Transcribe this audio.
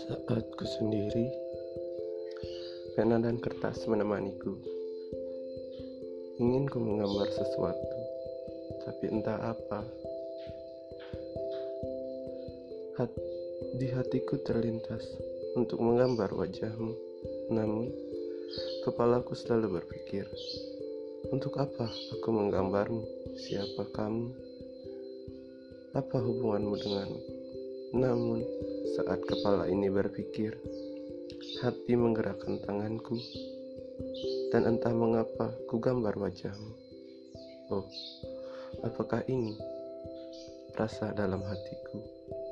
Saat ku sendiri, pena dan kertas menemaniku. Ingin ku menggambar sesuatu, tapi entah apa. Di hatiku terlintas untuk menggambar wajahmu. Namun, kepalaku selalu berpikir, untuk apa aku menggambarmu? Siapa kamu? Apa hubunganmu denganku? Namun, saat kepala ini berpikir, hati menggerakkan tanganku, dan entah mengapa ku gambar wajahmu. Oh, apakah ini rasa dalam hatiku?